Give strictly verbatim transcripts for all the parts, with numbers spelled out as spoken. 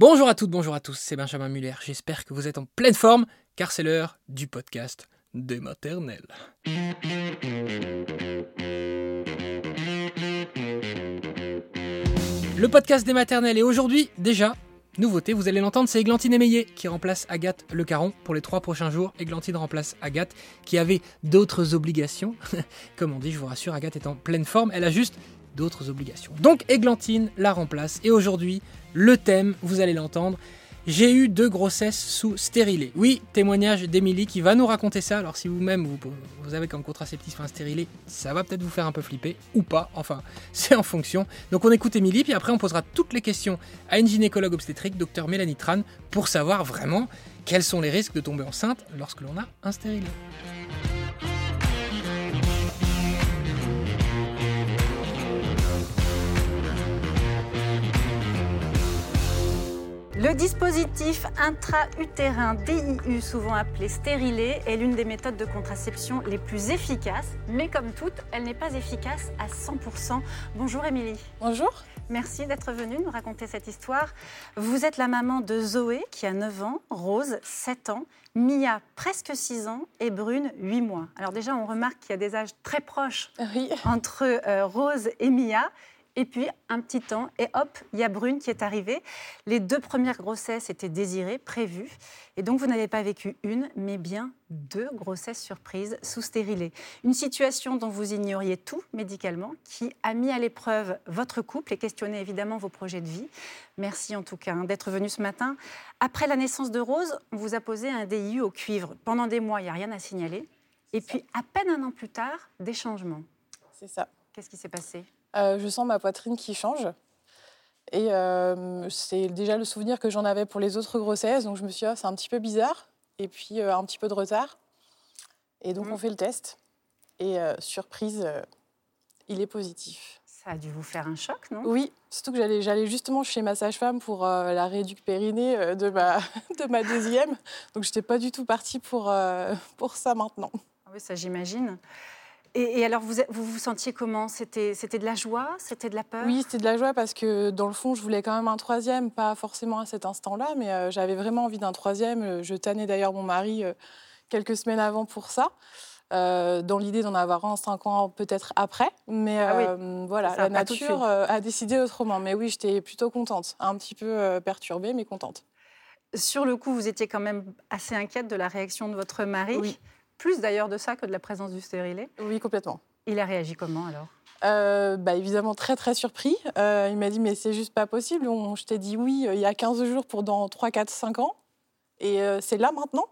Bonjour à toutes, bonjour à tous, c'est Benjamin Muller. J'espère que vous êtes en pleine forme, car c'est l'heure du podcast des maternelles. Le podcast des maternelles, et aujourd'hui, déjà, nouveauté, vous allez l'entendre, c'est Églantine Émeillé qui remplace Agathe Le Caron pour les trois prochains jours. Églantine remplace Agathe qui avait d'autres obligations. Comme on dit, je vous rassure, Agathe est en pleine forme, elle a juste d'autres obligations. Donc Églantine la remplace, et aujourd'hui, le thème, vous allez l'entendre, j'ai eu deux grossesses sous stérilet. Oui, témoignage d'Émilie qui va nous raconter ça. Alors si vous-même vous, vous avez comme contraceptif un stérilet, ça va peut-être vous faire un peu flipper, ou pas, enfin, c'est en fonction. Donc on écoute Émilie, puis après on posera toutes les questions à une gynécologue obstétrique, docteur Mélanie Tran, pour savoir vraiment quels sont les risques de tomber enceinte lorsque l'on a un stérilet. Le dispositif intra-utérin D I U, souvent appelé stérilet, est l'une des méthodes de contraception les plus efficaces, mais comme toutes, elle n'est pas efficace à cent pour cent. Bonjour Émilie. Bonjour. Merci d'être venue nous raconter cette histoire. Vous êtes la maman de Zoé, qui a neuf ans, Rose, sept ans, Mia, presque six ans, et Brune, huit mois. Alors déjà, on remarque qu'il y a des âges très proches oui. entre euh, Rose et Mia. Et puis, un petit temps, et hop, il y a Brune qui est arrivée. Les deux premières grossesses étaient désirées, prévues. Et donc, vous n'avez pas vécu une, mais bien deux grossesses surprises sous stérilet. Une situation dont vous ignoriez tout médicalement, qui a mis à l'épreuve votre couple et questionné évidemment vos projets de vie. Merci en tout cas hein, d'être venu ce matin. Après la naissance de Rose, on vous a posé un D I U au cuivre. Pendant des mois, il n'y a rien à signaler. Et puis, à peine un an plus tard, des changements. C'est ça. Qu'est-ce qui s'est passé ? Euh, je sens ma poitrine qui change. Et euh, c'est déjà le souvenir que j'en avais pour les autres grossesses. Donc je me suis dit, oh, c'est un petit peu bizarre. Et puis euh, un petit peu de retard. Et donc mmh. on fait le test. Et euh, surprise, euh, il est positif. Ça a dû vous faire un choc, non ? Oui, surtout que j'allais, j'allais justement chez ma sage-femme pour euh, la rééduque périnée euh, de, ma, de ma deuxième. Donc je n'étais pas du tout partie pour, euh, pour ça maintenant. Oui, ça j'imagine. Et, et alors, vous, vous vous sentiez comment ? C'était, c'était de la joie ? C'était de la peur ? Oui, c'était de la joie parce que, dans le fond, je voulais quand même un troisième, pas forcément à cet instant-là, mais euh, j'avais vraiment envie d'un troisième. Je tannais d'ailleurs mon mari euh, quelques semaines avant pour ça, euh, dans l'idée d'en avoir un cinq ans peut-être après. Mais euh, ah oui, voilà, la nature euh, a décidé autrement. Mais oui, j'étais plutôt contente, un petit peu euh, perturbée, mais contente. Sur le coup, vous étiez quand même assez inquiète de la réaction de votre mari ? Oui. Plus d'ailleurs de ça que de la présence du stérilet ? Oui, complètement. Il a réagi comment alors ? euh, bah, Évidemment très très surpris. Euh, il m'a dit mais c'est juste pas possible, On, je t'ai dit oui euh, il y a quinze jours pour dans trois, quatre, cinq ans et euh, c'est là maintenant.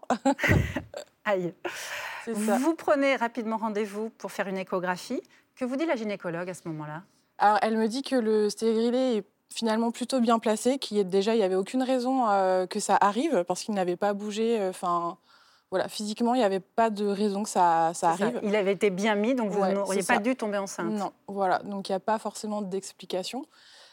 Aïe. C'est ça. Vous prenez rapidement rendez-vous pour faire une échographie. Que vous dit la gynécologue à ce moment-là ? Alors elle me dit que le stérilet est finalement plutôt bien placé, qu'il y ait déjà il n'y avait aucune raison euh, que ça arrive parce qu'il n'avait pas bougé. Enfin. Euh, Voilà, physiquement, il n'y avait pas de raison que ça, ça arrive. Ça. Il avait été bien mis, donc vous ouais, n'auriez pas ça. dû tomber enceinte. Non, voilà, donc il n'y a pas forcément d'explication.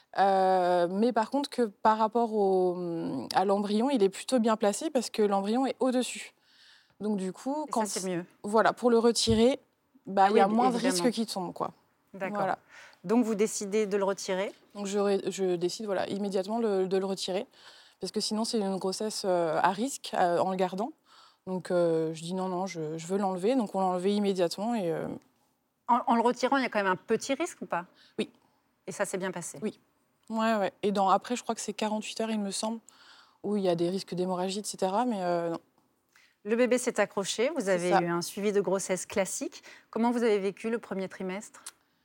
Euh, mais par contre, que par rapport au, à l'embryon, il est plutôt bien placé parce que l'embryon est au-dessus. Donc du coup, Et quand ça, c'est mieux. Voilà, pour le retirer, bah, ah il y a oui, moins évidemment. de risques qu'il tombe, quoi. D'accord. Voilà. Donc vous décidez de le retirer ? Donc je, je décide voilà, immédiatement le, de le retirer parce que sinon c'est une grossesse euh, à risque euh, en le gardant. Donc, euh, je dis non, non, je, je veux l'enlever. Donc, on l'a enlevé immédiatement. Et, euh... en, en le retirant, il y a quand même un petit risque ou pas ? Oui. Et ça s'est bien passé ? Oui. Ouais, ouais. Et dans, après, je crois que c'est quarante-huit heures, il me semble, où il y a des risques d'hémorragie, et cetera. Mais euh, non. Le bébé s'est accroché. Vous avez eu un suivi de grossesse classique. Comment vous avez vécu le premier trimestre ?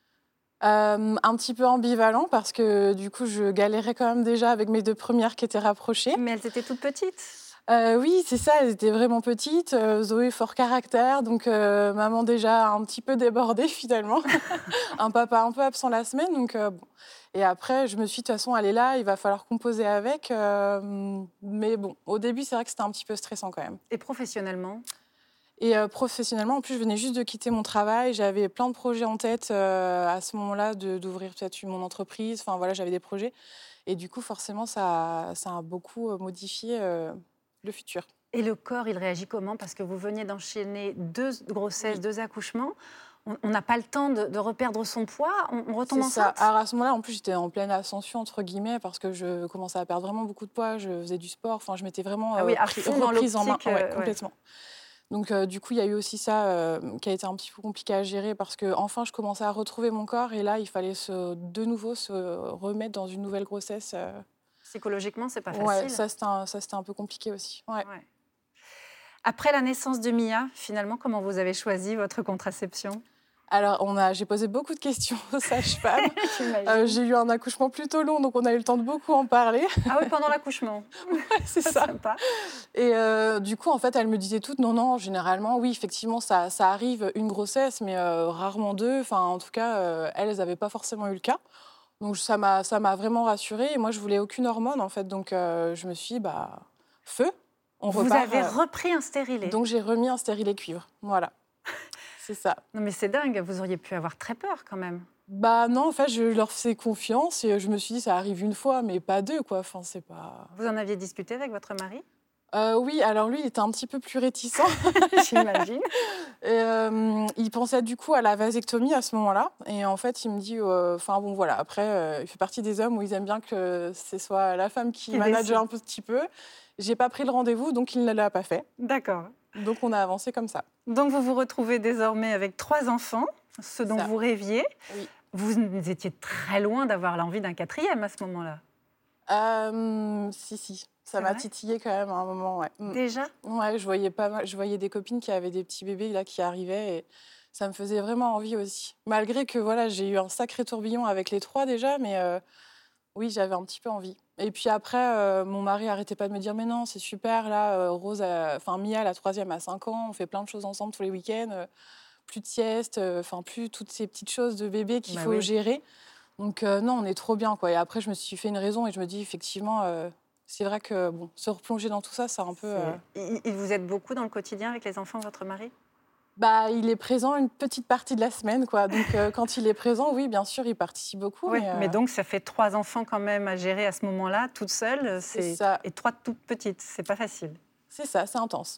euh, Un petit peu ambivalent parce que, du coup, je galérais quand même déjà avec mes deux premières qui étaient rapprochées. Mais elles étaient toutes petites ? Euh, oui, c'est ça, elles étaient vraiment petites. Euh, Zoé, fort caractère, donc euh, maman déjà un petit peu débordée finalement. Un papa un peu absent la semaine. Donc, euh, bon. Et après, je me suis dit, de toute façon, elle est là, il va falloir composer avec. Euh, mais bon, au début, c'est vrai que c'était un petit peu stressant quand même. Et professionnellement ? Et euh, professionnellement, en plus, je venais juste de quitter mon travail. J'avais plein de projets en tête euh, à ce moment-là, de, d'ouvrir peut-être mon entreprise. Enfin, voilà, j'avais des projets. Et du coup, forcément, ça, ça a beaucoup modifié... Euh, le futur. Et le corps, il réagit comment ? Parce que vous veniez d'enchaîner deux grossesses, oui. deux accouchements. on n'a pas le temps de, de reperdre son poids, on, on retombe C'est ça. enceinte. Alors à ce moment-là, en plus, j'étais en pleine ascension, entre guillemets, parce que je commençais à perdre vraiment beaucoup de poids, je faisais du sport, enfin, je m'étais vraiment Ah oui, euh, à pris- fond dans reprise en main. l'optique, euh, Ouais, ouais. complètement. Donc euh, du coup, il y a eu aussi ça euh, qui a été un petit peu compliqué à gérer, parce que enfin, je commençais à retrouver mon corps, et là, il fallait se, de nouveau se remettre dans une nouvelle grossesse. euh. Psychologiquement, c'est pas Ouais, facile. ça, c'était un, ça, c'était un peu compliqué aussi. Ouais. Ouais. Après la naissance de Mia, finalement, comment vous avez choisi votre contraception? Alors, on a, j'ai posé beaucoup de questions aux sages-femmes. J'imagine. Euh, j'ai eu un accouchement plutôt long, donc on a eu le temps de beaucoup en parler. Ah oui, pendant l'accouchement. C'est ça. Sympa. Et euh, du coup, en fait, elles me disaient toutes, non, non, généralement, oui, effectivement, ça, ça arrive une grossesse, mais euh, rarement deux. Enfin, en tout cas, euh, elles n'avaient pas forcément eu le cas. Donc, ça m'a, ça m'a vraiment rassurée. Et moi, je voulais aucune hormone, en fait. Donc, euh, je me suis dit, bah, feu, on Vous repart. avez euh, repris un stérilet. Donc, j'ai remis un stérilet cuivre. Voilà. C'est ça. Non mais c'est dingue, vous auriez pu avoir très peur quand même. Bah non, en fait, je leur faisais confiance et je me suis dit, ça arrive une fois, mais pas deux, quoi. Enfin, c'est pas... Vous en aviez discuté avec votre mari? Euh, oui, alors lui, il était un petit peu plus réticent. J'imagine. Et, euh, il pensait du coup à la vasectomie à ce moment-là. Et en fait, il me dit, enfin bon, voilà, après, euh, il fait partie des hommes où ils aiment bien que ce soit la femme qui, Qui manage décide. un petit peu. J'ai pas pris le rendez-vous, donc il ne l'a pas fait. D'accord. Donc on a avancé comme ça. Donc vous vous retrouvez désormais avec trois enfants, ce dont Ça. vous rêviez. Oui. Vous étiez très loin d'avoir l'envie d'un quatrième à ce moment-là. Euh, si, si, ça C'est m'a vrai titillé quand même à un moment, ouais. Mm. Déjà? Ouais, je voyais pas mal, je voyais des copines qui avaient des petits bébés là qui arrivaient et ça me faisait vraiment envie aussi. Malgré que voilà, j'ai eu un sacré tourbillon avec les trois déjà, mais euh, oui, j'avais un petit peu envie. Et puis après, euh, mon mari arrêtait pas de me dire mais non, c'est super là, euh, Rose, a- enfin Mia, la troisième a cinq ans, on fait plein de choses ensemble tous les week-ends, euh, plus de sieste, euh, enfin plus toutes ces petites choses de bébé qu'il Bah faut oui. gérer. Donc euh, non, on est trop bien quoi. Et après, je me suis fait une raison et je me dis effectivement. euh, C'est vrai que bon, se replonger dans tout ça, c'est un peu. euh, Il, il vous aide beaucoup dans le quotidien avec les enfants, votre mari? Bah, il est présent une petite partie de la semaine, quoi. Donc, euh, quand il est présent, oui, bien sûr, il participe beaucoup. Oui, mais, euh, mais donc ça fait trois enfants quand même à gérer à ce moment-là, toute seule. C'est ça. Et trois toutes petites, c'est pas facile. c'est ça, c'est intense.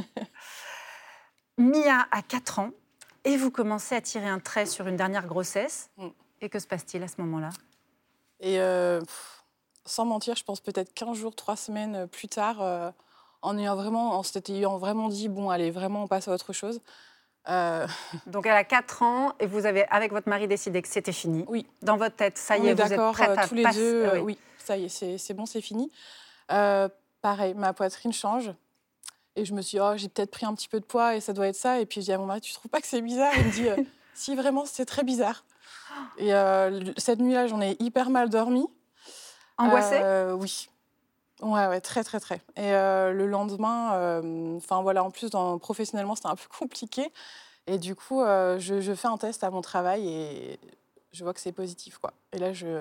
Mia a quatre ans et vous commencez à tirer un trait sur une dernière grossesse. Mm. Et que se passe-t-il à ce moment-là? Et euh, pff, sans mentir, je pense peut-être quinze jours, trois semaines plus tard, euh, en ayant vraiment, en s'étant vraiment dit, bon, allez, vraiment, on passe à autre chose. Euh, Donc elle a quatre ans et vous avez, avec votre mari, décidé que c'était fini. Oui. Dans votre tête, ça y on est, est vous êtes d'accord, prête euh, à tous les passer- deux. euh, euh, oui, ça y est, c'est c'est bon, c'est fini. Euh, pareil, ma poitrine change. Et je me suis dit, oh, j'ai peut-être pris un petit peu de poids et ça doit être ça. Et puis je dis à mon mari, tu trouves pas que c'est bizarre? Il me dit, euh, si, vraiment, c'est très bizarre. Et euh, cette nuit-là, j'en ai hyper mal dormi. Angoissée? Euh, Oui. Ouais, ouais, très, très, très. Et euh, le lendemain, enfin voilà, en plus, dans, professionnellement, c'était un peu compliqué. Et du coup, euh, je, je fais un test à mon travail et je vois que c'est positif, quoi. Et là, je...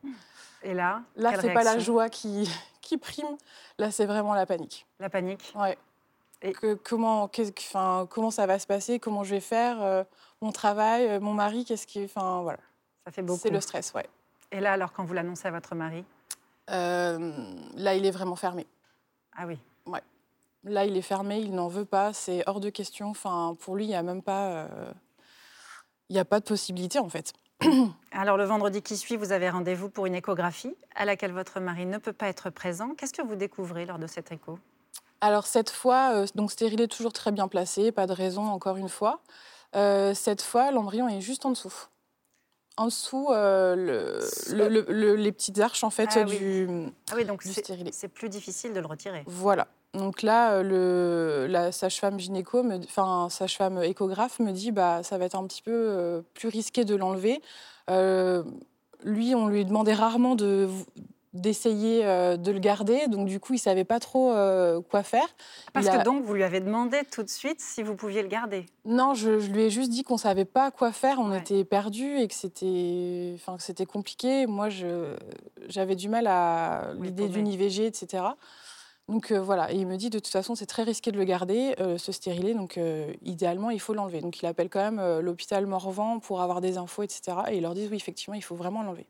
Et là, là, quelle c'est pas la réaction? joie qui, qui prime. Là, c'est vraiment la panique. La panique. Ouais. Et- Que, comment, qu'est-ce que- 'fin, comment ça va se passer? Comment je vais faire? euh, Mon travail, euh, mon mari, qu'est-ce qui... Enfin, voilà. Ça fait beaucoup. C'est le stress, ouais. Et là, alors, quand vous l'annoncez à votre mari? Euh, là, il est vraiment fermé. Ah oui. Là, il est fermé, il n'en veut pas, c'est hors de question. Enfin, pour lui, il n'y a même pas... euh, il n'y a pas de possibilité, en fait. Alors, le vendredi qui suit, vous avez rendez-vous pour une échographie à laquelle votre mari ne peut pas être présent. Qu'est-ce que vous découvrez lors de cette écho? Alors, cette fois, euh, donc stérilet toujours très bien placé, pas de raison, encore une fois. Euh, cette fois, l'embryon est juste en dessous. En dessous, euh, le, le- le- le- les petites arches, en fait, Ah oui. du, Ah oui, donc du c'est stérilet. c'est plus difficile de le retirer. Voilà. Donc là, euh, le, la sage-femme gynéco, me- enfin sage-femme échographe me dit bah ça va être un petit peu euh, plus risqué de l'enlever. Euh, lui, on lui demandait rarement de d'essayer euh, de le garder, donc du coup, il savait pas trop euh, quoi faire. Parce Il que a- donc, vous lui avez demandé tout de suite si vous pouviez le garder. Non, je, je lui ai juste dit qu'on savait pas quoi faire, on Ouais. était perdus et que c'était, enfin que c'était compliqué. Moi, je j'avais du mal à Oui, l'idée pauvre. d'une I V G, et cetera. Donc euh, voilà, et il me dit de toute façon c'est très risqué de le garder, euh, ce stérilet, donc euh, idéalement il faut l'enlever. Donc il appelle quand même euh, l'hôpital Morvan pour avoir des infos, et cetera. Et ils leur disent oui effectivement il faut vraiment l'enlever.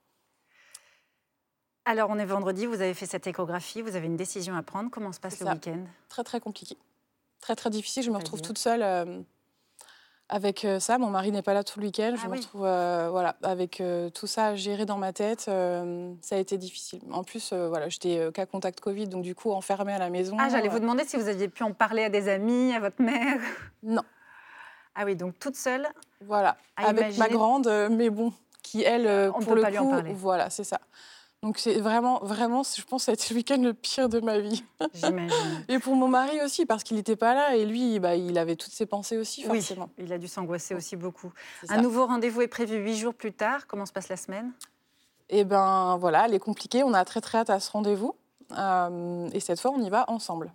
Alors, on est vendredi, vous avez fait cette échographie, vous avez une décision à prendre. Comment se passe C'est le ça. week-end? Très très compliqué, très très difficile. Je me retrouve C'est-à-dire toute seule euh, Avec euh, ça, mon mari n'est pas là tout le week-end. Ah je me oui. retrouve euh, voilà, avec euh, tout ça à gérer dans ma tête. euh, ça a été difficile. En plus, euh, voilà, j'étais euh, cas contact Covid, donc du coup, enfermée à la maison. Ah, j'allais euh, vous demander si vous aviez pu en parler à des amis, à votre mère. Non, Ah oui, donc toute seule, voilà. à Avec ma imaginer. grande, euh, mais bon, qui, elle, euh, On ne pour peut le pas lui en coup, parler. voilà, c'est ça. Donc c'est vraiment, vraiment, je pense que ça a été le week-end le pire de ma vie. J'imagine. Et pour mon mari aussi, parce qu'il n'était pas là, et lui, bah, il avait toutes ses pensées aussi, Oui, forcément. il a dû s'angoisser aussi beaucoup. C'est Un ça. nouveau rendez-vous est prévu huit jours plus tard. Comment se passe la semaine? Et ben voilà, elle est compliquée. On a très très hâte à ce rendez-vous. Euh, et cette fois, on y va ensemble.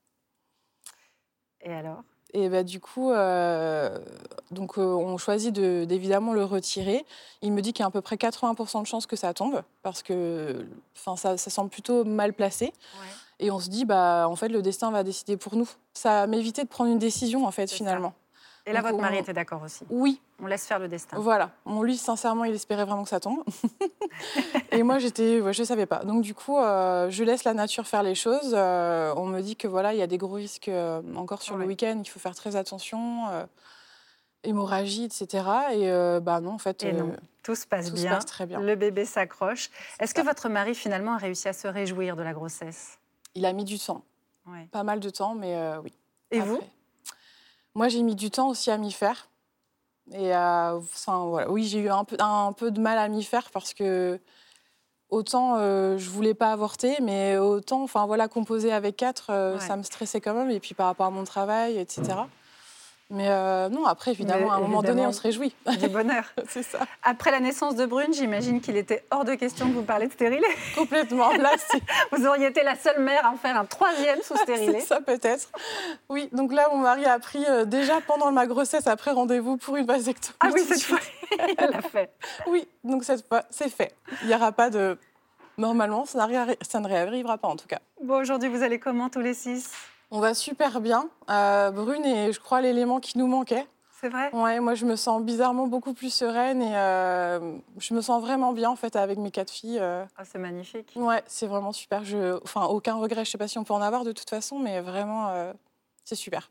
Et alors? Et ben du coup, euh, donc, euh, on choisit de, d'évidemment le retirer. Il me dit qu'il y a à peu près quatre-vingts pour cent de chances que ça tombe, parce que ça, ça semble plutôt mal placé. Ouais. Et on se dit, bah, en fait, le destin va décider pour nous. Ça m'évitait de prendre une décision, en fait, C'est finalement. Et là, Donc, votre on- mari était d'accord aussi. Oui, On laisse faire le destin. voilà. Bon, lui, sincèrement, il espérait vraiment que ça tombe. Et moi, j'étais, ouais, je ne savais pas. Donc, du coup, euh, je laisse la nature faire les choses. Euh, on me dit que voilà, il y a des gros risques euh, encore sur Ouais. le week-end. Il faut faire très attention. Euh, hémorragie, et cetera. Et euh, bah non, en fait, Et non, euh, tout se passe tout se bien. passe très bien. Le bébé s'accroche. Est-ce que ça. votre mari, finalement, a réussi à se réjouir de la grossesse? il a mis du temps. Ouais. Pas mal de temps, mais euh, oui. Et Après. vous? Moi, j'ai mis du temps aussi à m'y faire. Et euh, enfin, voilà. Oui, j'ai eu un peu, un peu de mal à m'y faire parce que autant euh, je voulais pas avorter, mais autant, enfin voilà, composer avec quatre, euh, Ouais. ça me stressait quand même. Et puis par rapport à mon travail, et cetera. Mais euh, non, après, évidemment, Mais à un moment donné, évidemment, on se réjouit. Du bonheur. C'est ça. Après la naissance de Brune, j'imagine qu'il était hors de question de vous parler de stérilet. Complètement. Là, c'est Vous auriez été la seule mère à en faire un troisième sous stérilet. c'est ça peut-être. Oui, donc là, mon mari a appris euh, déjà pendant ma grossesse, après rendez-vous pour une vasectomie. Ah oui, tout de cette suite. fois, il l'a fait. Oui, donc cette fois, c'est fait. Il n'y aura pas de... Normalement, ça, n'arri- ça ne réarrivera pas en tout cas. Bon, aujourd'hui, vous allez comment tous les six? On va super bien. Euh, Brune est, je crois, l'élément qui nous manquait. C'est vrai? Ouais, moi, je me sens bizarrement beaucoup plus sereine et euh, je me sens vraiment bien en fait avec mes quatre filles. euh. Ah, c'est magnifique. Ouais, c'est vraiment super. Je... Enfin, aucun regret. Je sais pas si on peut en avoir de toute façon, mais vraiment, euh, c'est super.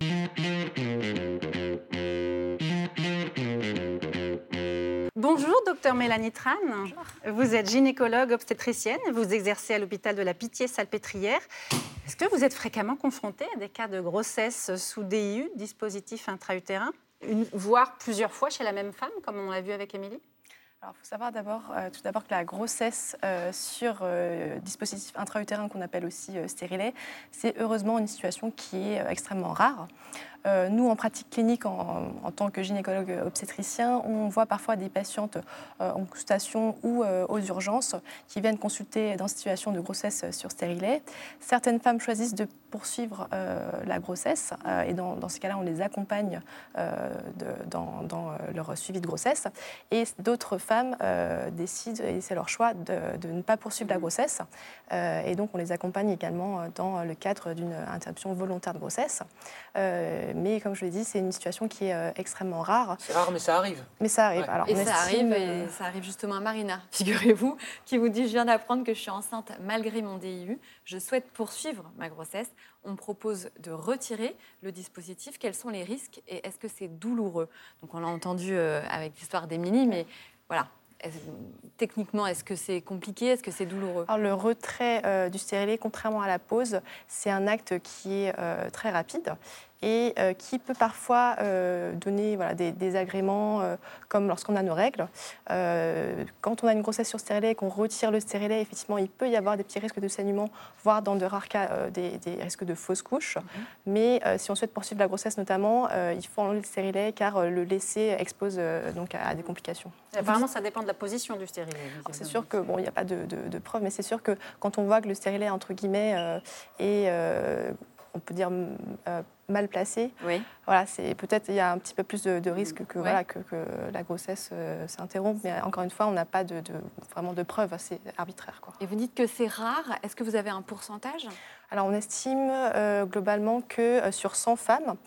Bonjour, docteur Mélanie Tran. Vous êtes gynécologue obstétricienne. Vous exercez à l'hôpital de la Pitié-Salpêtrière. Est-ce que vous êtes fréquemment confrontée à des cas de grossesse sous D I U, dispositif intra-utérin, une, voire plusieurs fois chez la même femme, comme on l'a vu avec Émilie? Alors, il faut savoir d'abord, euh, tout d'abord que la grossesse euh, sur euh, dispositif intra-utérin, qu'on appelle aussi euh, stérilet, c'est heureusement une situation qui est euh, extrêmement rare. Euh, nous, en pratique clinique, en, en tant que gynécologue obstétricien, on voit parfois des patientes euh, en consultation ou euh, aux urgences qui viennent consulter dans situation de grossesse sur stérilet. Certaines femmes choisissent de poursuivre euh, la grossesse euh, et dans, dans ces cas-là, on les accompagne euh, de, dans, dans leur suivi de grossesse. Et d'autres femmes euh, décident, et c'est leur choix, de, de ne pas poursuivre la grossesse. Euh, et donc, on les accompagne également dans le cadre d'une interruption volontaire de grossesse. Euh, mais comme je l'ai dit, c'est une situation qui est euh, extrêmement rare. C'est rare, mais ça arrive. Mais ça arrive. Ouais. Alors, Et on ça estime, arrive, euh, et ça arrive justement à Marina, figurez-vous, qui vous dit « Je viens d'apprendre que je suis enceinte malgré mon D I U. Je souhaite poursuivre ma grossesse. On me propose de retirer le dispositif. Quels sont les risques et est-ce que c'est douloureux ?» Donc on l'a entendu euh, avec l'histoire d'Émilie, mais voilà. Est-ce- techniquement, est-ce que c'est compliqué? Est-ce que c'est douloureux? Alors, le retrait euh, du stérilet, contrairement à la pose, c'est un acte qui est euh, très rapide et euh, qui peut parfois euh, donner voilà, des désagréments, euh, comme lorsqu'on a nos règles. Euh, quand on a une grossesse sur stérilet et qu'on retire le stérilet, effectivement, il peut y avoir des petits risques de saignement, voire dans de rares cas, euh, des, des risques de fausse couche. Mm-hmm. Mais euh, si on souhaite poursuivre la grossesse notamment, euh, il faut enlever le stérilet car euh, le laisser expose euh, donc à, à des complications. Et apparemment, ça dépend de la position du stérilet. Alors, c'est sûr que bon, il n'y a pas de, de, de preuves, mais c'est sûr que quand on voit que le stérilet entre guillemets euh, est, euh, on peut dire euh, mal placé, Oui. voilà, c'est peut-être il y a un petit peu plus de, de risque que Ouais. voilà que, que la grossesse euh, s'interrompe, mais encore une fois, on n'a pas de, de vraiment de preuves, c'est arbitraire quoi. Et vous dites que c'est rare. Est-ce que vous avez un pourcentage? Alors, on estime euh, globalement que euh, sur cent femmes,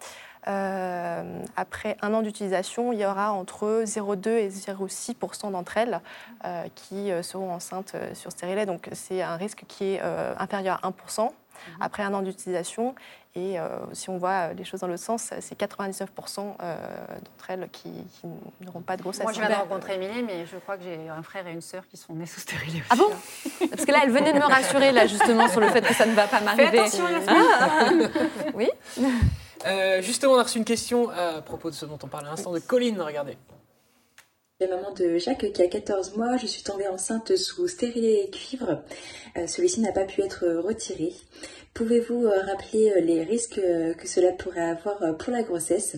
euh, après un an d'utilisation, il y aura entre zéro virgule deux et zéro virgule six pour cent d'entre elles euh, qui euh, seront enceintes euh, sur stérilet. Donc, c'est un risque qui est euh, inférieur à un pour cent. Mmh. Après un an d'utilisation, et euh, si on voit les choses dans l'autre sens, c'est quatre-vingt-dix-neuf pour cent euh, d'entre elles qui, qui n'auront pas de grossesse. Moi, je viens de rencontrer Émilie, mais je crois que j'ai un frère et une sœur qui sont nés sous stérilet aussi. Ah bon? Parce que là, elle venait de me rassurer, là, justement, sur le fait que ça ne va pas m'arriver. Fais attention, Yasmine. Oui. Euh, justement, on a reçu une question à propos de ce dont on parlait à l'instant de Colline, regardez. La maman de Jacques qui a quatorze mois, je suis tombée enceinte sous stérilet et cuivre. Euh, celui-ci n'a pas pu être retiré. Pouvez-vous euh, rappeler euh, les risques euh, que cela pourrait avoir euh, pour la grossesse?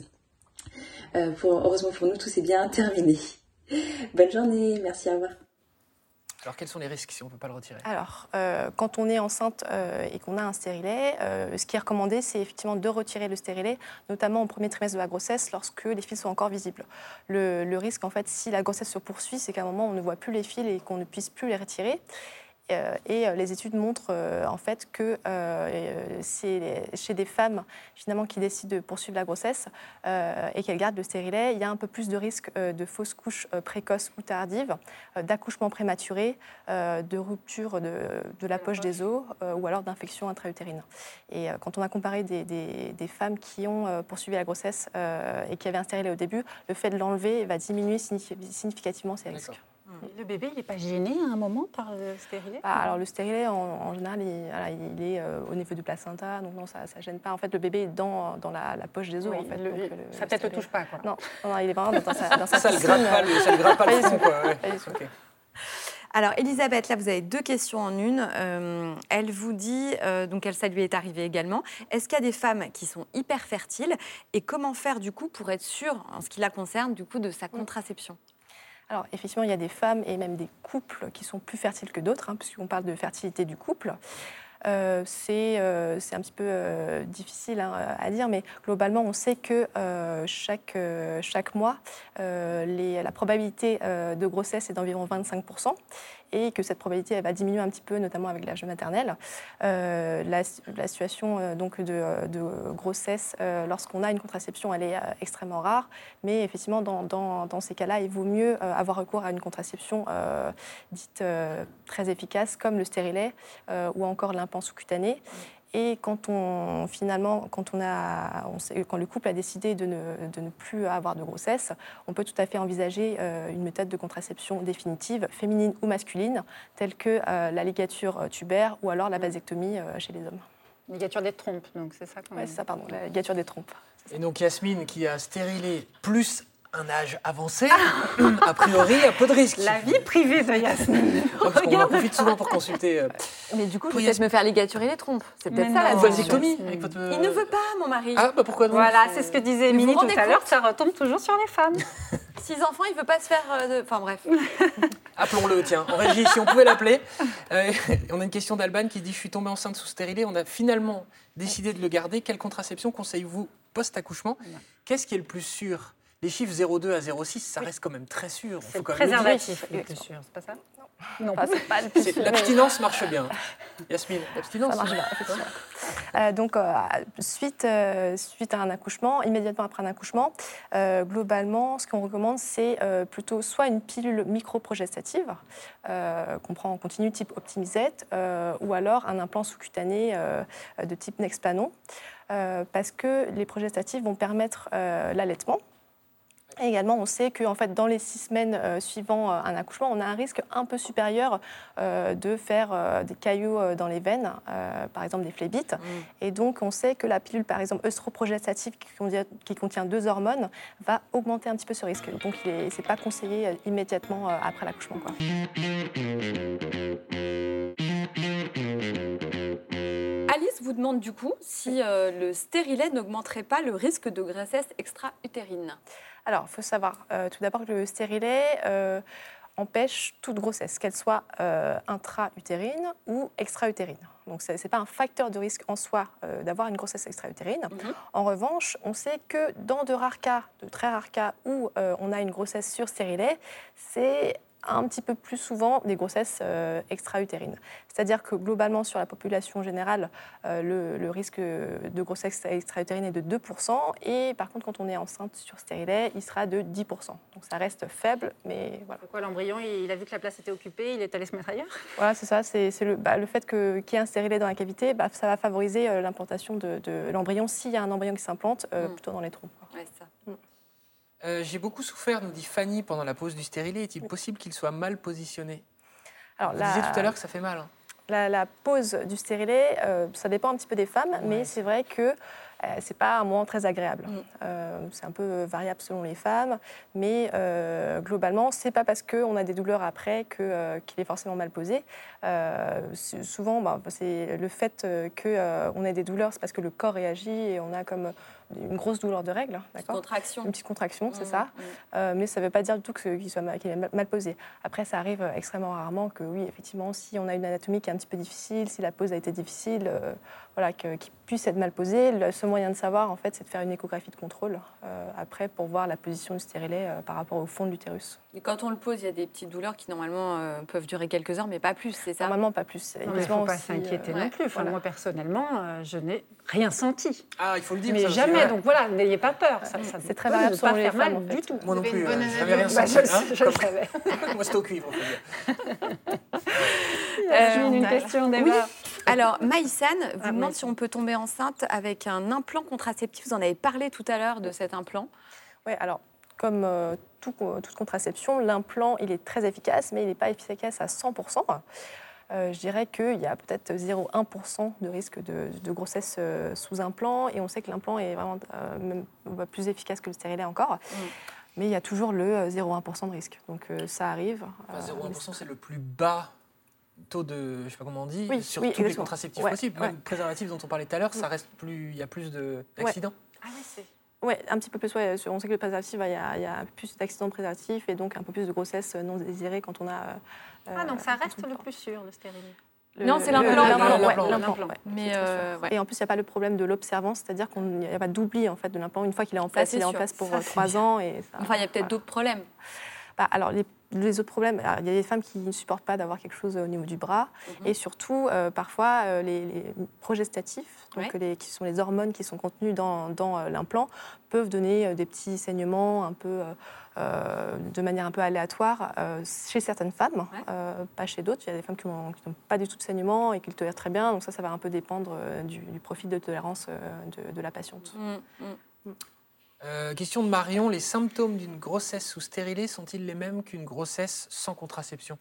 euh, pour, Heureusement pour nous, tout s'est bien terminé. Bonne journée, merci, au revoir. Alors, quels sont les risques si on ne peut pas le retirer? Alors, euh, quand on est enceinte euh, et qu'on a un stérilet, euh, ce qui est recommandé, c'est effectivement de retirer le stérilet, notamment au premier trimestre de la grossesse, lorsque les fils sont encore visibles. Le, le risque, en fait, si la grossesse se poursuit, c'est qu'à un moment, on ne voit plus les fils et qu'on ne puisse plus les retirer. Euh, et euh, les études montrent euh, en fait que euh, c'est les, chez des femmes finalement qui décident de poursuivre la grossesse euh, et qu'elles gardent le stérilet, il y a un peu plus de risque euh, de fausses couches euh, précoces ou tardives, euh, d'accouchement prématuré, euh, de rupture de, de la poche des os euh, ou alors d'infection intra-utérine. Et euh, quand on a comparé des, des, des femmes qui ont euh, poursuivi la grossesse euh, et qui avaient un stérilet au début, le fait de l'enlever va diminuer significativement ces risques. D'accord. Le bébé, il n'est pas gêné à un moment par le stérilet? Ah, alors le stérilet, en, en général, il, voilà, il est euh, au niveau du placenta, donc non, ça ne gêne pas. En fait, le bébé est dans, dans la, la poche des os. Oui, en fait, le, donc, le, le, ça le peut-être ne le touche pas, quoi. Non, non, il est vraiment dans sa, dans sa Ça ne piscine. gratte pas le, ça le, gratte pas le Pas du front, tout. quoi. Ouais. Pas du tout. Okay. Alors, Elisabeth, là, vous avez deux questions en une. Euh, elle vous dit, euh, donc elle, ça lui est arrivé également, est-ce qu'il y a des femmes qui sont hyper fertiles et comment faire, du coup, pour être sûre, en ce qui la concerne, du coup, de sa contraception? Alors, effectivement, il y a des femmes et même des couples qui sont plus fertiles que d'autres, hein, puisqu'on parle de fertilité du couple. Euh, c'est, euh, c'est un petit peu euh, difficile hein, à dire, mais globalement, on sait que euh, chaque, euh, chaque mois, euh, les, la probabilité euh, de grossesse est d'environ vingt-cinq pour cent et que cette probabilité elle va diminuer un petit peu, notamment avec l'âge maternel. Euh, la, la situation euh, donc de, de grossesse, euh, lorsqu'on a une contraception, elle est euh, extrêmement rare, mais effectivement, dans, dans, dans ces cas-là, il vaut mieux euh, avoir recours à une contraception euh, dite euh, très efficace, comme le stérilet euh, ou encore l'implant sous-cutané. Et quand on, finalement, quand, on a, on sait, quand le couple a décidé de ne, de ne plus avoir de grossesse, on peut tout à fait envisager euh, une méthode de contraception définitive, féminine ou masculine, telle que euh, la ligature tubaire ou alors la vasectomie euh, chez les hommes. Ligature des trompes, donc c'est ça quand même. Oui, c'est ça, pardon, la ligature des trompes. Et donc Yasmine, qui a stérilé plus un âge avancé, a priori, un peu de risque. La vie privée de Yasmine. Parce qu'on en profite souvent pour consulter. Euh, Mais du coup, je pour vais peut-être me faire ligaturer les trompes. C'est peut-être Mais ça la non. solution. vasectomie avec votre... Il ne veut pas, mon mari. Ah, bah pourquoi non? Voilà, c'est ce que disait Vous vous Émilie tout rendez à l'heure, compte ça retombe toujours sur les femmes. Six enfants, il ne veut pas se faire... euh, de... Enfin, bref. Appelons-le, tiens, en régie, si on pouvait l'appeler. Euh, on a une question d'Alban qui dit « Je suis tombée enceinte sous stérilet, on a finalement décidé de le garder. Quelle contraception conseillez-vous post-accouchement? Qu'est-ce qui est le plus sûr ?» Les chiffres zéro deux à zéro six, ça reste quand même très sûr. C'est le quand même le dire. préservatif le plus sûr, c'est pas ça? Non, Enfin, c'est pas le plus C'est- sûr, L'abstinence marche bien. Yasmine, l'abstinence Ça marche bien, effectivement. Euh, donc, euh, suite, euh, suite à un accouchement, immédiatement après un accouchement, euh, globalement, ce qu'on recommande, c'est euh, plutôt soit une pilule microprogestative, euh, qu'on prend en continu type Optimizette, euh, ou alors un implant sous-cutané euh, de type Nexplanon, euh, parce que les progestatifs vont permettre euh, l'allaitement. Et également, on sait que en fait, dans les six semaines euh, suivant euh, un accouchement, on a un risque un peu supérieur euh, de faire euh, des caillots euh, dans les veines, euh, par exemple des phlébites. Mmh. Et donc, on sait que la pilule, par exemple, œstroprogestative, qui contient, qui contient deux hormones, va augmenter un petit peu ce risque. Donc, ce n'est pas conseillé euh, immédiatement euh, après l'accouchement, quoi. Alice vous demande du coup si euh, le stérilet n'augmenterait pas le risque de grossesse extra-utérine. Alors, il faut savoir euh, tout d'abord que le stérilet euh, empêche toute grossesse, qu'elle soit euh, intra-utérine ou extra-utérine. Donc, ce n'est pas un facteur de risque en soi euh, d'avoir une grossesse extra-utérine. Mm-hmm. En revanche, on sait que dans de rares cas, de très rares cas où euh, on a une grossesse sur stérilet, c'est un petit peu plus souvent des grossesses euh, extra-utérines. C'est-à-dire que globalement, sur la population générale, euh, le, le risque de grossesse extra-utérine est de deux pour cent. Et par contre, quand on est enceinte sur stérilet, il sera de dix pour cent. Donc ça reste faible, mais voilà. Quoi, l'embryon, il a vu que la place était occupée, il est allé se mettre ailleurs? Voilà, c'est ça. C'est, c'est le, bah, le fait que, qu'il y ait un stérilet dans la cavité, bah, ça va favoriser euh, l'implantation de, de l'embryon, s'il y a un embryon qui s'implante, euh, Mm. plutôt dans les trompes. Ouais, c'est ça. Mm. Euh, j'ai beaucoup souffert, nous dit Fanny, pendant la pose du stérilet. Est-il possible qu'il soit mal positionné? Alors, Vous la, disiez tout à l'heure que ça fait mal. Hein. la, la pose du stérilet, euh, ça dépend un petit peu des femmes, Ouais. mais c'est vrai que euh, c'est pas un moment très agréable. Mm. Euh, c'est un peu variable selon les femmes, mais euh, globalement, c'est pas parce qu'on a des douleurs après que, euh, qu'il est forcément mal posé. Euh, souvent, bah, c'est le fait qu'on euh, ait des douleurs, c'est parce que le corps réagit et on a comme une grosse douleur de règle, d'accord ? Contraction. Une petite contraction, c'est Mmh, ça. mmh. Euh, mais ça ne veut pas dire du tout que- qu'il soit mal, qu'il est mal, mal posé. Après, ça arrive extrêmement rarement que, oui, effectivement, si on a une anatomie qui est un petit peu difficile, si la pose a été difficile, euh, voilà, que, qu'il puisse être mal posé. Le seul moyen de savoir, en fait, c'est de faire une échographie de contrôle euh, après pour voir la position du stérilet euh, par rapport au fond de l'utérus. Et quand on le pose, il y a des petites douleurs qui normalement euh, peuvent durer quelques heures, mais pas plus, c'est ça? Normalement, pas plus. Non, mais il ne Uniquement faut pas aussi, s'inquiéter euh, non ouais, plus. Enfin, voilà. moi, personnellement, euh, je n'ai rien senti. Ah, il faut le dire. Mais ça aussi, jamais. ouais. Donc voilà, n'ayez pas peur. Ça, ça C'est très peut variable ne pas selon les faire mal femmes, en fait. du tout. Moi non Vous avez plus, une bonne euh, analyse. j'avais rien Bah, senti. je, hein, je comme- le savais. Moi, c'était au cuivre, faut dire. Yasmine, une Euh, question, Débat. Alors, Maïsane vous Ah, demande Maïsane. si on peut tomber enceinte avec un implant contraceptif. Vous en avez parlé tout à l'heure de cet implant. Oui, alors, comme euh, tout- toute contraception, l'implant, il est très efficace, mais il n'est pas efficace à cent pour cent. Euh, je dirais qu'il y a peut-être zéro virgule un pour cent de risque de, de grossesse euh, sous implant, et on sait que l'implant est vraiment euh, même, plus efficace que le stérilet encore. Mm. Mais il y a toujours le euh, zéro virgule un pour cent de risque. Donc euh, ça arrive. Enfin, euh, zéro virgule un mais pour cent, c'est le plus bas taux de, je sais pas comment on dit, Oui, sur oui, tous les exactement. contraceptifs Ouais, possibles. ouais. Même le préservatif dont on parlait tout à l'heure, ça reste plus, il y a plus de- d'accidents. Ah oui, c'est... Oui, un petit peu plus. Ouais. On sait que le préservatif, il y a, il y a plus d'accidents de préservatif et donc un peu plus de grossesse non désirée quand on a. euh, Ah, donc ça quand reste on- le plus sûr, le stérilet. Le- Non, c'est le- l'implant. l'implant, L'implant, ouais, l'implant, l'implant, ouais. ouais. Mais C'est très euh, sûr. ouais. Et en plus, il n'y a pas le problème de l'observance, c'est-à-dire qu'il n'y a pas d'oubli en fait, de l'implant. Une fois qu'il est en Ça, place, c'est il est en sûr. place pour Ça, euh, c'est trois bien. ans. Et ça, Enfin, il y a peut-être voilà. d'autres problèmes. Bah, alors, les, les autres problèmes, alors, il y a des femmes qui ne supportent pas d'avoir quelque chose au niveau du bras. Mhm. Et surtout, euh, parfois, euh, les, les progestatifs, donc Ouais. les, qui sont les hormones qui sont contenues dans, dans euh, l'implant, peuvent donner euh, des petits saignements un peu, euh, euh, de manière un peu aléatoire euh, chez certaines femmes, Ouais. euh, pas chez d'autres. Il y a des femmes qui n'ont qui n'ont pas du tout de saignements et qui le tolèrent très bien. Donc ça, ça va un peu dépendre euh, du, du profil de tolérance euh, de, de la patiente. Mm, mm. Euh, question de Marion, les symptômes d'une grossesse sous stérilet sont-ils les mêmes qu'une grossesse sans contraception?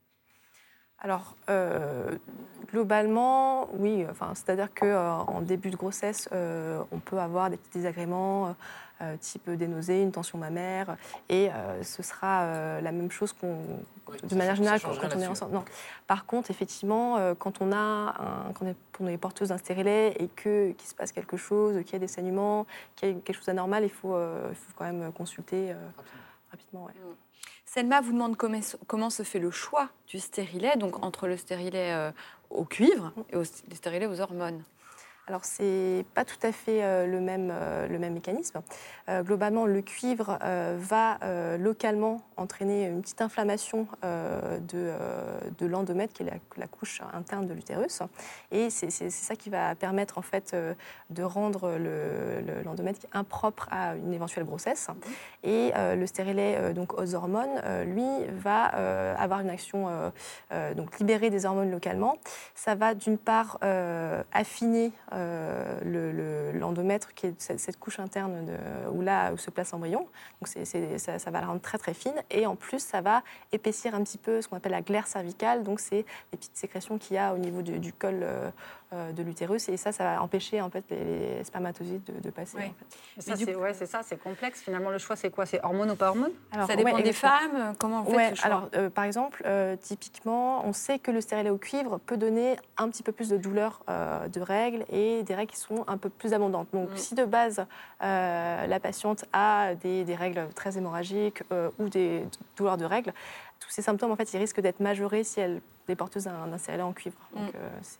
Alors, euh, globalement, oui. Enfin, c'est-à-dire qu'en début de grossesse, euh, on peut avoir des petits désagréments, euh, type des nausées, une tension mammaire, et euh, ce sera euh, la même chose qu'on, Oui, de ça manière change- générale ça quand, change quand rien on est là-dessus. enceinte. Non. Par contre, effectivement, euh, quand on a, un, quand on est, on est porteuse d'un stérilet et que qu'il se passe quelque chose, qu'il y a des saignements, qu'il y a quelque chose d'anormal, il faut, euh, il faut quand même consulter euh, Rapidement. rapidement. Ouais. Selma vous demande comment, comment se fait le choix du stérilet, donc entre le stérilet euh, au cuivre et au, le stérilet aux hormones. Alors, ce n'est pas tout à fait euh, le, même, euh, le même mécanisme. Euh, globalement, le cuivre euh, va euh, localement entraîner une petite inflammation euh, de, euh, de l'endomètre, qui est la, la couche interne de l'utérus. Et c'est, c'est, c'est ça qui va permettre en fait, euh, de rendre le, le, l'endomètre impropre à une éventuelle grossesse. Et euh, le stérilet euh, donc, aux hormones, euh, lui, va euh, avoir une action, euh, euh, donc libérer des hormones localement. Ça va d'une part euh, affiner euh, le, le, l'endomètre, qui est cette, cette couche interne de, où là où se place l'embryon. Donc c'est, c'est, ça, ça va la rendre très très fine. Et en plus, ça va épaissir un petit peu ce qu'on appelle la glaire cervicale. Donc c'est les petites sécrétions qu'il y a au niveau du, du col euh, euh, de l'utérus. Et ça, ça va empêcher en fait, les, les spermatozoïdes de, de passer. Oui. En fait. Ça, c'est, ouais, c'est ça, c'est complexe. Finalement, le choix, c'est quoi? C'est hormone ou pas hormone? Alors, Ça dépend ouais, des exactement. femmes, comment vous faites Ouais, le choix? alors euh, par exemple, euh, typiquement, on sait que le stérilet au cuivre peut donner un petit peu plus de douleur euh, de règles et des règles qui sont un peu plus abondantes. Donc, Mm. si de base euh, la patiente a des, des règles très hémorragiques euh, ou des douleurs de règles, tous ces symptômes, en fait, ils risquent d'être majorés si elle est porteuse d'un, d'un stérilet en cuivre. Donc, Mm. euh, c'est,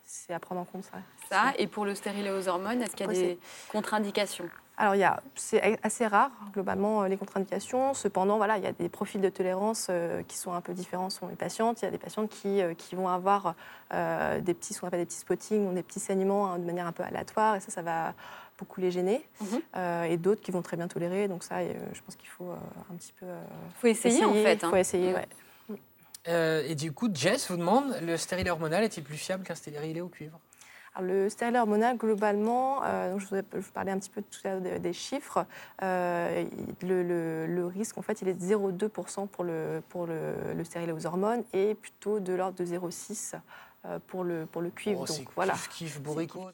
c'est à prendre en compte ça. Ça, et pour le stérilet aux hormones, est-ce qu'il y a Aussi. des contre-indications? Alors, il y a, c'est assez rare, globalement, les contre-indications. Cependant, voilà, il y a des profils de tolérance euh, qui sont un peu différents selon les patientes. Il y a des patientes qui, euh, qui vont avoir euh, des petits, ce qu'on appelle des petits spottings, ou des petits saignements hein, de manière un peu aléatoire, et ça, ça va beaucoup les gêner. Mm-hmm. Euh, et d'autres qui vont très bien tolérer. Donc ça, euh, je pense qu'il faut euh, un petit peu... Il euh, faut essayer, essayer, en fait. Il faut hein. essayer, ouais. Euh, et du coup, Jess vous demande, le stérilet hormonal est-il plus fiable qu'un stérilet au cuivre? Alors, le stérilet hormonal, globalement, euh, donc je, vous ai, je vous parlais un petit peu tout à l'heure des, des chiffres, euh, le, le, le risque, en fait, il est de zéro virgule deux pour cent pour le, pour le, le stérilet aux hormones et plutôt de l'ordre de zéro virgule six pour cent euh, pour, le, pour le cuivre. Oh, donc, c'est voilà. kiff, kiff, bourricot.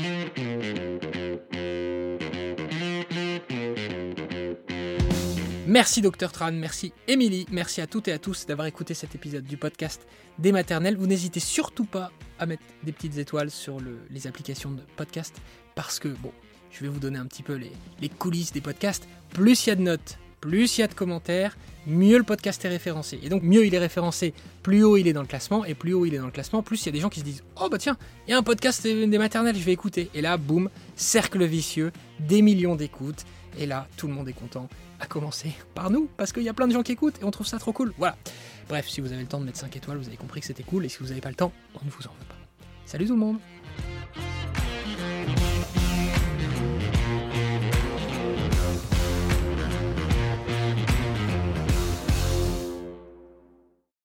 Merci Docteur Tran, merci Émilie, merci à toutes et à tous d'avoir écouté cet épisode du podcast des maternelles. Vous n'hésitez surtout pas à mettre des petites étoiles sur le, les applications de podcast parce que, bon, je vais vous donner un petit peu les, les coulisses des podcasts. Plus il y a de notes, plus il y a de commentaires, mieux le podcast est référencé. Et donc mieux il est référencé, plus haut il est dans le classement. Et plus haut il est dans le classement, plus il y a des gens qui se disent « Oh bah tiens, il y a un podcast des maternelles, je vais écouter. » Et là, boum, cercle vicieux, des millions d'écoutes. Et là, tout le monde est content, à commencer par nous, parce qu'il y a plein de gens qui écoutent et on trouve ça trop cool. Voilà. Bref, si vous avez le temps de mettre cinq étoiles, vous avez compris que c'était cool. Et si vous n'avez pas le temps, on ne vous en veut pas. Salut tout le monde!